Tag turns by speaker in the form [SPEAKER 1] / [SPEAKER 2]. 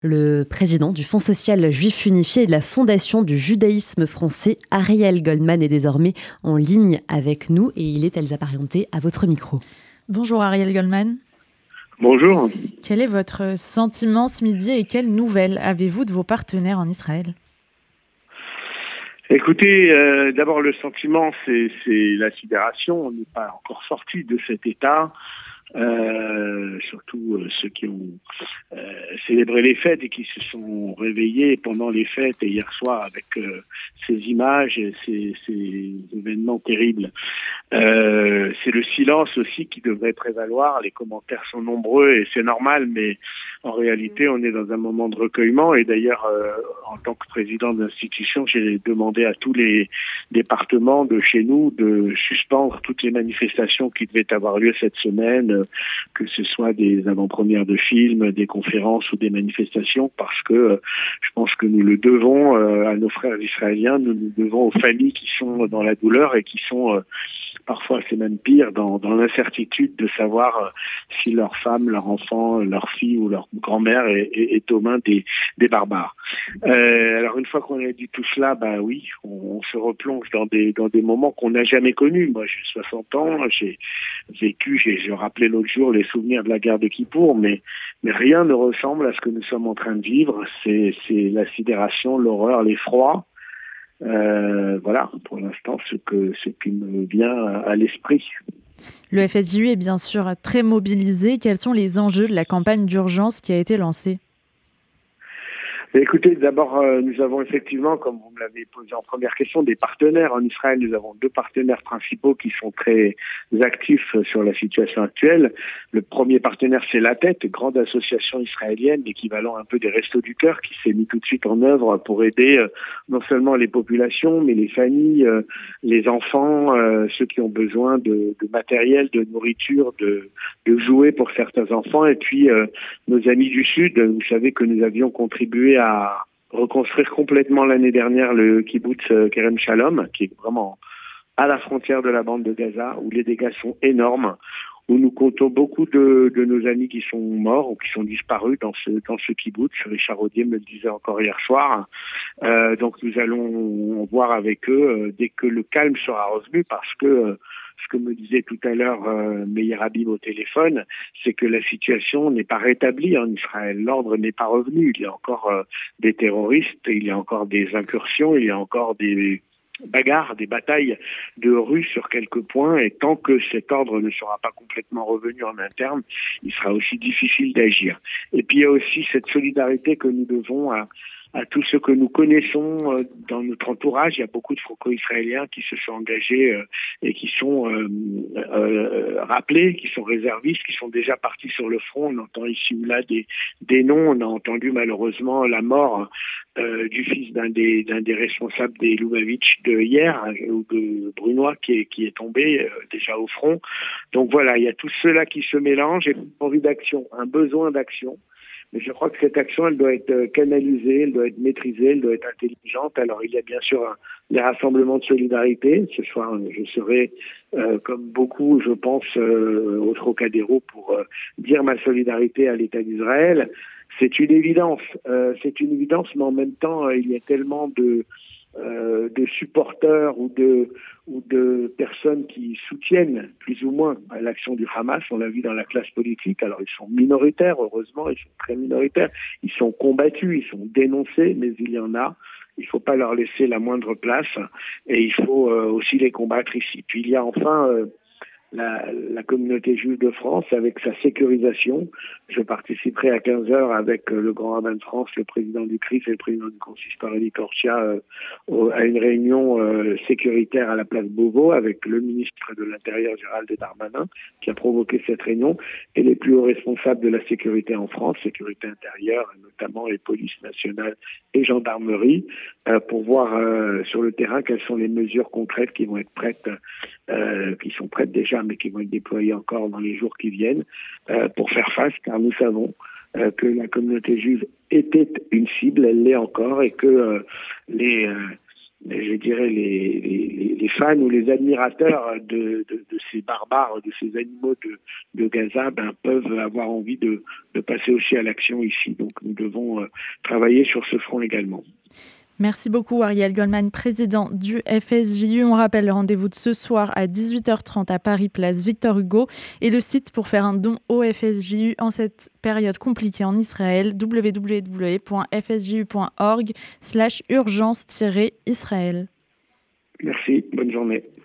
[SPEAKER 1] Le président du Fonds social juif unifié et de la Fondation du judaïsme français, Ariel Goldman, est désormais en ligne avec nous et il est Elsa Parienté à votre micro.
[SPEAKER 2] Bonjour Ariel Goldman.
[SPEAKER 3] Bonjour.
[SPEAKER 2] Quel est votre sentiment ce midi et quelles nouvelles avez-vous de vos partenaires en Israël ?
[SPEAKER 3] Écoutez, d'abord le sentiment, c'est la sidération. On n'est pas encore sorti de cet état. Surtout ceux qui ont célébré les fêtes et qui se sont réveillés pendant les fêtes et hier soir avec ces images et ces événements terribles. C'est le silence aussi qui devrait prévaloir. Les commentaires sont nombreux et c'est normal, mais en réalité, on est dans un moment de recueillement. Et d'ailleurs, en tant que président d'institution, j'ai demandé à tous les départements de chez nous de suspendre toutes les manifestations qui devaient avoir lieu cette semaine, que ce soit des avant-premières de films, des conférences ou des manifestations, parce que je pense que nous le devons à nos frères israéliens, nous le devons aux familles qui sont dans la douleur et qui sont... Parfois, c'est même pire, dans l'incertitude de savoir si leur femme, leur enfant, leur fille ou leur grand-mère est aux mains des barbares. Alors, une fois qu'on a dit tout cela, oui, on se replonge dans des moments qu'on n'a jamais connus. Moi, j'ai 60 ans, j'ai vécu, je rappelais l'autre jour les souvenirs de la guerre de Kippour, mais rien ne ressemble à ce que nous sommes en train de vivre. C'est la sidération, l'horreur, l'effroi. Voilà, pour l'instant, ce qui me vient à l'esprit.
[SPEAKER 2] Le FSJU est bien sûr très mobilisé. Quels sont les enjeux de la campagne d'urgence qui a été lancée ?
[SPEAKER 3] Écoutez, d'abord, nous avons effectivement, comme vous me l'avez posé en première question, des partenaires. En Israël, nous avons 2 partenaires principaux qui sont très actifs sur la situation actuelle. Le premier partenaire, c'est La Tête, grande association israélienne, l'équivalent un peu des Restos du Cœur, qui s'est mis tout de suite en œuvre pour aider non seulement les populations, mais les familles, les enfants, ceux qui ont besoin de matériel, de nourriture, de jouets pour certains enfants. Et puis, nos amis du Sud, vous savez que nous avions contribué à reconstruire complètement l'année dernière le kibbutz Kerem Shalom, qui est vraiment à la frontière de la bande de Gaza, où les dégâts sont énormes, où nous comptons beaucoup de nos amis qui sont morts ou qui sont disparus dans ce kibbutz. Richard Audier me le disait encore hier soir. Donc nous allons voir avec eux dès que le calme sera revenu, parce que ce que me disait tout à l'heure Meir Habib au téléphone, c'est que la situation n'est pas rétablie en Israël. L'ordre n'est pas revenu. Il y a encore des terroristes, il y a encore des incursions, il y a encore des bagarres, des batailles de rue sur quelques points, et tant que cet ordre ne sera pas complètement revenu en interne, il sera aussi difficile d'agir. Et puis il y a aussi cette solidarité que nous devons à tous ceux que nous connaissons dans notre entourage. Il y a beaucoup de franco-israéliens qui se sont engagés et qui sont rappelés, qui sont réservistes, qui sont déjà partis sur le front. On entend ici ou là des noms. On a entendu malheureusement la mort du fils d'un des responsables des Lubavitch de hier, ou de Brunois, qui est tombé déjà au front. Donc voilà, il y a tout cela qui se mélange et envie d'action, un besoin d'action. Mais je crois que cette action, elle doit être canalisée, elle doit être maîtrisée, elle doit être intelligente. Alors, il y a bien sûr les rassemblements de solidarité. Ce soir, je serai, comme beaucoup, je pense, au Trocadéro pour dire ma solidarité à l'État d'Israël. C'est une évidence, mais en même temps, il y a tellement de supporters ou de personnes qui soutiennent plus ou moins l'action du Hamas. On l'a vu dans la classe politique. Alors, ils sont minoritaires, heureusement, ils sont très minoritaires. Ils sont combattus, ils sont dénoncés, mais il y en a. Il ne faut pas leur laisser la moindre place et il faut aussi les combattre ici. Puis il y a enfin la communauté juive de France avec sa sécurisation. Je participerai à 15h avec le grand rabbin de France, le président du CRIF et le président du consistoire Eli Korchia à une réunion sécuritaire à la place Beauvau avec le ministre de l'Intérieur Gérald Darmanin qui a provoqué cette réunion et les plus hauts responsables de la sécurité en France, sécurité intérieure, notamment les polices nationales et gendarmerie, pour voir sur le terrain quelles sont les mesures concrètes qui vont être prêtes, qui sont prêtes déjà, mais qui vont être déployées encore dans les jours qui viennent, pour faire face, car nous savons que la communauté juive était une cible, elle l'est encore, et que les je dirais, les fans ou les admirateurs de ces barbares, de ces animaux de Gaza, peuvent avoir envie de passer aussi à l'action ici. Donc nous devons travailler sur ce front également.
[SPEAKER 2] Merci beaucoup Ariel Goldman, président du FSJU. On rappelle le rendez-vous de ce soir à 18h30 à Paris, place Victor Hugo. Et le site pour faire un don au FSJU en cette période compliquée en Israël, www.fsju.org/urgence-Israël.
[SPEAKER 3] Merci, bonne journée.